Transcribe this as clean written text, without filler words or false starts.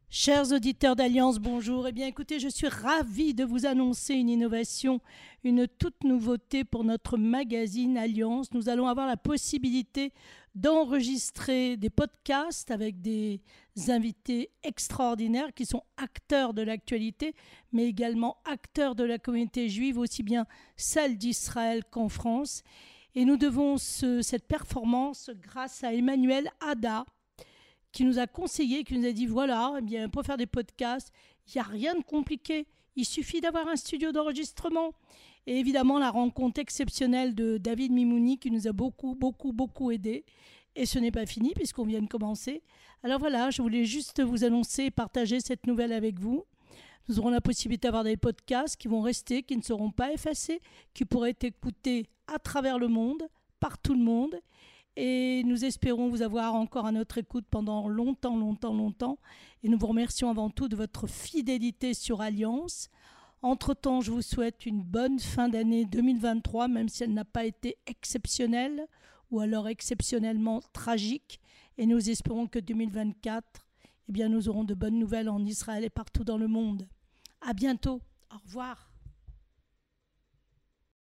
Chers auditeurs d'Alliance, bonjour. Eh bien, écoutez, je suis ravie de vous annoncer une innovation, une toute nouveauté pour notre magazine Alliance. Nous allons avoir la possibilité d'enregistrer des podcasts avec des invités extraordinaires qui sont acteurs de l'actualité, mais également acteurs de la communauté juive, aussi bien celle d'Israël qu'en France. Et nous devons cette performance grâce à Emmanuel Ada, qui nous a conseillé, qui nous a dit voilà, eh bien, pour faire des podcasts, il n'y a rien de compliqué. Il suffit d'avoir un studio d'enregistrement. Et évidemment, la rencontre exceptionnelle de David Mimouni qui nous a beaucoup aidé. Et ce n'est pas fini puisqu'on vient de commencer. Alors voilà, je voulais juste vous annoncer et partager cette nouvelle avec vous. Nous aurons la possibilité d'avoir des podcasts qui vont rester, qui ne seront pas effacés, qui pourraient être écoutés à travers le monde, par tout le monde. Et nous espérons vous avoir encore à notre écoute pendant longtemps. Et nous vous remercions avant tout de votre fidélité sur Alliance. Entre-temps, je vous souhaite une bonne fin d'année 2023, même si elle n'a pas été exceptionnelle ou alors exceptionnellement tragique. Et nous espérons que 2024, eh bien, nous aurons de bonnes nouvelles en Israël et partout dans le monde. À bientôt. Au revoir.